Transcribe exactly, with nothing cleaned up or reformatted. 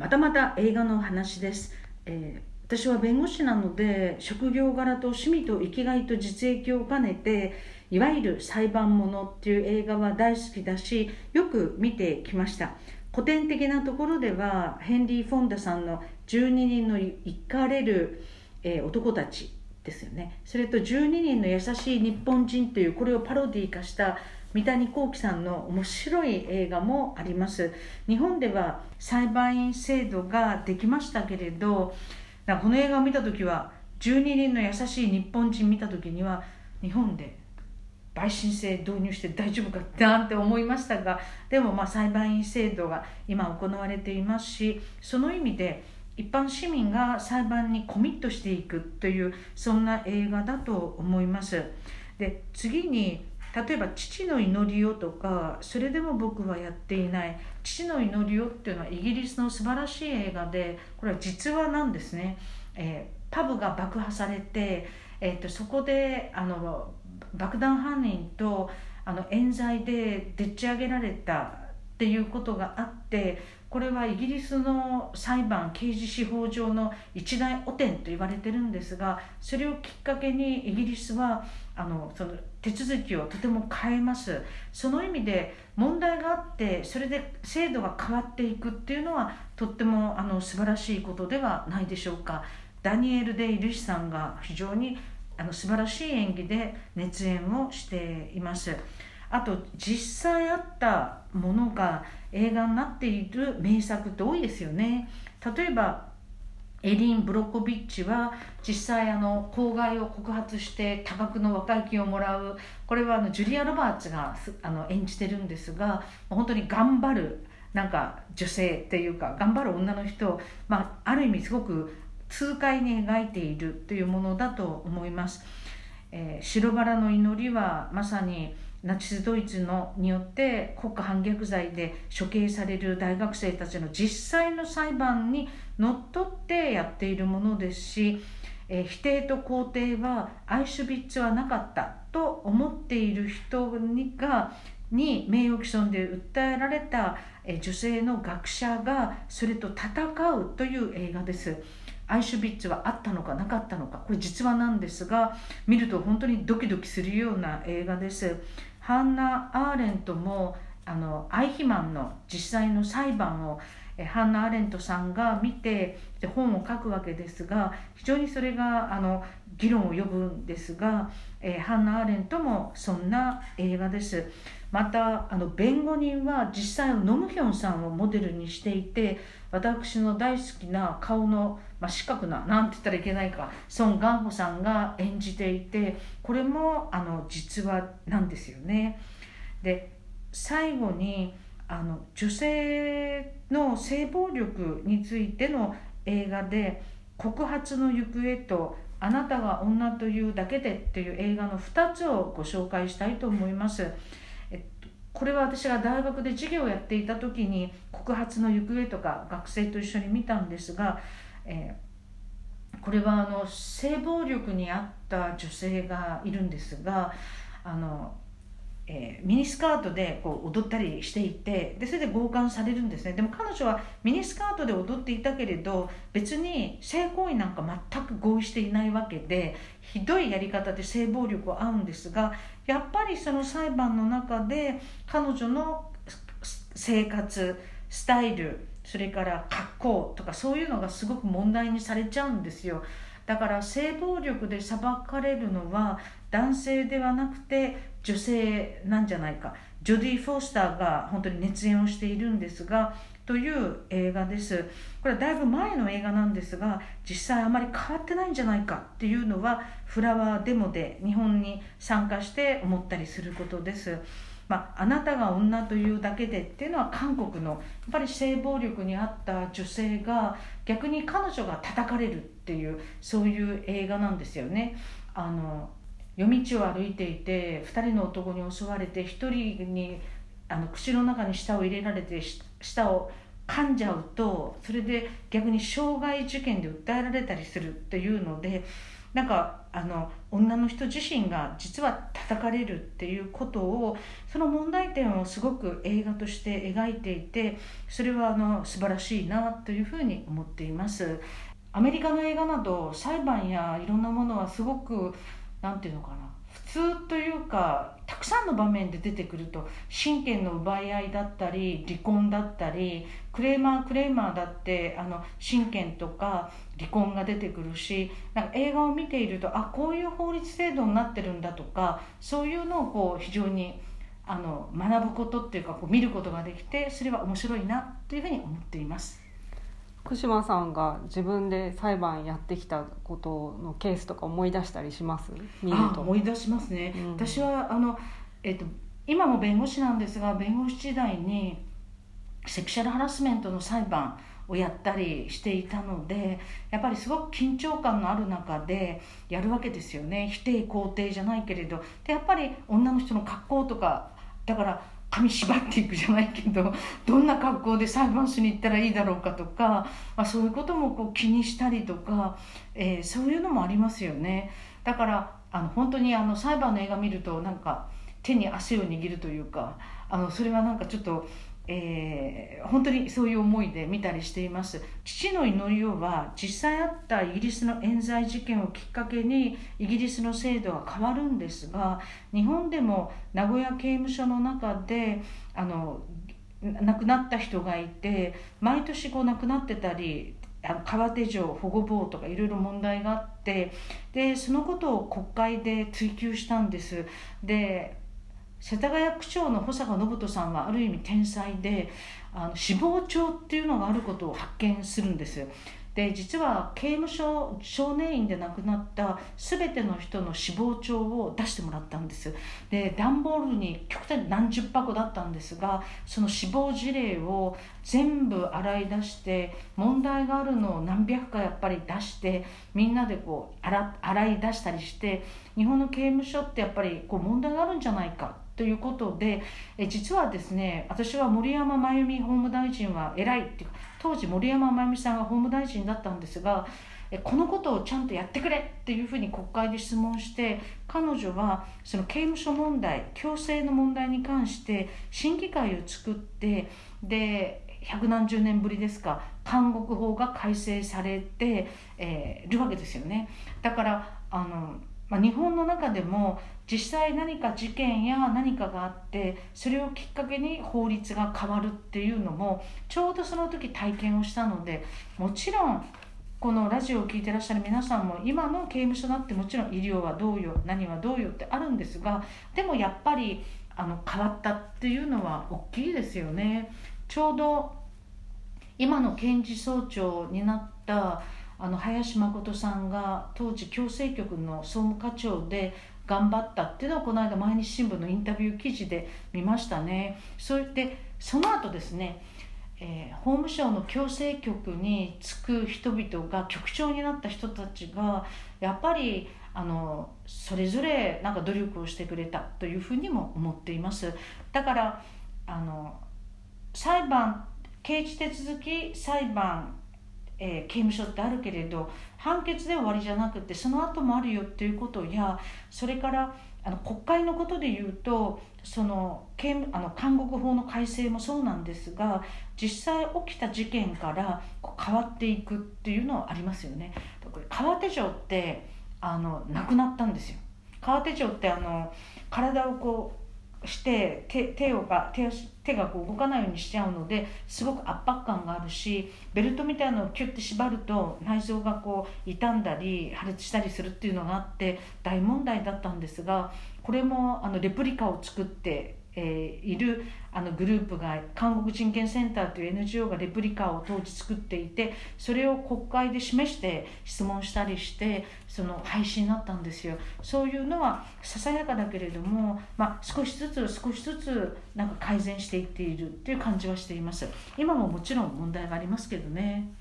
またまた映画の話です、えー私は弁護士なので、職業柄と趣味と生きがいと実益を兼ねて、いわゆる裁判ものっていう映画は大好きだし、よく見てきました。古典的なところではヘンリー・フォンダさんのじゅうににんの怒かれる、えー男たちですよね。それとじゅうににんの優しい日本人という、これをパロディ化した三谷幸喜さんの面白い映画もあります。日本では裁判員制度ができましたけれど、この映画を見たときは、じゅうににんの優しい日本人見たときには、日本で陪審制導入して大丈夫かなんて思いましたが、でもまあ裁判員制度が今行われていますし、その意味で一般市民が裁判にコミットしていくという、そんな映画だと思います。で、次に例えば父の祈りをとか、それでも僕はやっていない。父の祈りをっていうのはイギリスの素晴らしい映画で、これは実話なんですね。えー、パブが爆破されて、えー、とそこであの爆弾犯人とあの冤罪ででっち上げられたっていうことがあって、これはイギリスの裁判刑事司法上の一大汚点と言われてるんですが、それをきっかけにイギリスはあのその手続きをとても変えます。その意味で問題があって、それで制度が変わっていくっていうのはとってもあの素晴らしいことではないでしょうか。ダニエル・デイ・ルイスさんが非常にあの素晴らしい演技で熱演をしています。あと実際あったものが映画になっている名作って多いですよね。例えばエリン・ブロコビッチは実際あの公害を告発して多額の和解金をもらう、これはあのジュリア・ロバーツがあの演じてるんですが、本当に頑張るなんか女性っていうか頑張る女の人を、まあ、ある意味すごく痛快に描いているというものだと思います。えー、白バラの祈りはまさにナチスドイツのによって国家反逆罪で処刑される大学生たちの実際の裁判にのっとってやっているものですし、えー、否定と肯定はアイシュビッツはなかったと思っている人にがに名誉毀損で訴えられた、えー、女性の学者がそれと戦うという映画です。アイシュビッツはあったのかなかったのか、これ実話なんですが、見ると本当にドキドキするような映画です。ハンナ・アーレントもあのアイヒマンの実際の裁判をえハンナ・アーレントさんが見てで本を書くわけですが、非常にそれがあの議論を呼ぶんですが、えハンナ・アーレントもそんな映画です。またあの弁護人は実際ノムヒョンさんをモデルにしていて、私の大好きな顔の、まあ、四角ななんて言ったらいけないか、ソン・ガンホさんが演じていて、これもあの実話なんですよね。で最後にあの女性の性暴力についての映画で、告発の行方とあなたが女というだけでっていう映画のふたつをご紹介したいと思います。えっと、これは私が大学で授業をやっていた時に告発の行方とか学生と一緒に見たんですが、えー、これはあの性暴力に遭った女性がいるんですが、あのえー、ミニスカートでこう踊ったりしていて、でそれで強姦されるんですね。でも彼女はミニスカートで踊っていたけれど、別に性行為なんか全く合意していないわけで、ひどいやり方で性暴力を遭うんですが、やっぱりその裁判の中で彼女の生活スタイル、それから格好とかそういうのがすごく問題にされちゃうんですよ。だから性暴力で裁かれるのは男性ではなくて女性なんじゃないか。ジョディ・フォスターが本当に熱演をしているんですが、という映画です。これはだいぶ前の映画なんですが、実際あまり変わってないんじゃないかっていうのはフラワーデモで日本に参加して思ったりすることです。まあ、あなたが女というだけでっていうのは韓国のやっぱり性暴力にあった女性が逆に彼女が叩かれるっていう、そういう映画なんですよね。あの夜道を歩いていてふたりの男に襲われて、ひとりにあの口の中に舌を入れられて舌を噛んじゃうと、それで逆に傷害事件で訴えられたりするっていうので、 なんかあの女の人自身が実は叩かれるっていうことを、その問題点をすごく映画として描いていて、それはあの素晴らしいなというふうに思っています。アメリカの映画など裁判やいろんなものはすごくなんていうのかな、普通というか、たくさんの場面で出てくると、親権の奪い合いだったり離婚だったり、クレーマークレーマーだってあの親権とか離婚が出てくるし、なんか映画を見ていると、あ、こういう法律制度になってるんだとか、そういうのをこう非常にあの学ぶことっていうか、こう見ることができて、それは面白いなというふうに思っています。 福島さんが自分で裁判やってきたことのケースとか思い出したりします？見ると。 あ、思い出しますね、うん、私はあの、えっと、今も弁護士なんですが、弁護士時代にセクシャルハラスメントの裁判をやったりしていたので、やっぱりすごく緊張感のある中でやるわけですよね。否定肯定じゃないけれど、でやっぱり女の人の格好とか、だから髪縛っていくじゃないけど、どんな格好で裁判所に行ったらいいだろうかとか、まあ、そういうこともこう気にしたりとか、えー、そういうのもありますよね。だからあの本当にあの裁判の映画見ると、なんか手に汗を握るというか、あのそれはなんかちょっと、えー、本当にそういう思いで見たりしています。父の祈りをは実際あったイギリスの冤罪事件をきっかけにイギリスの制度は変わるんですが、日本でも名古屋刑務所の中であの亡くなった人がいて、毎年こう亡くなってたり、あの川手城保護法とかいろいろ問題があって、でそのことを国会で追及したんです。で世田谷区長の保坂信人さんはある意味天才で、あの死亡帳っていうのがあることを発見するんです。で実は刑務所少年院で亡くなった全ての人の死亡帳を出してもらったんです。で段ボールに極端に何十箱だったんですが、その死亡事例を全部洗い出して、問題があるのを何百かやっぱり出して、みんなでこう 洗, 洗い出したりして、日本の刑務所ってやっぱりこう問題があるんじゃないかということで、え実はですね、私は森山真由美法務大臣は偉いっていうか、当時森山真由美さんが法務大臣だったんですが、えこのことをちゃんとやってくれっていうふうに国会で質問して、彼女はその刑務所問題、強制の問題に関して審議会を作って、で百何十年ぶりですか、監獄法が改正されて、えー、るわけですよね。だからあのまあ、日本の中でも実際何か事件や何かがあって、それをきっかけに法律が変わるっていうのもちょうどその時体験をしたので、もちろんこのラジオを聞いてらっしゃる皆さんも、今の刑務所だってもちろん医療はどうよ、何はどうよってあるんですが、でもやっぱりあの変わったっていうのは大きいですよね。ちょうど今の検事総長になったあの林真琴さんが当時矯正局の総務課長で頑張ったっていうのを、この間毎日新聞のインタビュー記事で見ましたね。そう言ってその後ですね、えー、法務省の矯正局に就く人々が、局長になった人たちがやっぱりあのそれぞれなんか努力をしてくれたというふうにも思っています。だからあの裁判、刑事手続き裁判、えー、刑務所ってあるけれど、判決で終わりじゃなくてその後もあるよっていうことや、それからあの国会のことでいうと、その刑務あの監獄法の改正もそうなんですが、実際起きた事件からこう変わっていくっていうのはありますよね。これ川手城ってあの亡くなったんですよ。川手城ってあの体をこうして 手, 手, をが 手, 手がこう動かないようにしちゃうので、すごく圧迫感があるし、ベルトみたいなのをキュッて縛ると内臓がこう傷んだり破裂したりするっていうのがあって大問題だったんですが、これもあのレプリカを作って、えー、いるあのグループが、韓国人権センターという エヌジーオー がレプリカを当時作っていて、それを国会で示して質問したりしてその廃止になったんですよ。そういうのはささやかだけれども、まあ、少しずつ少しずつなんか改善していっているっていう感じはしています。今ももちろん問題がありますけどね。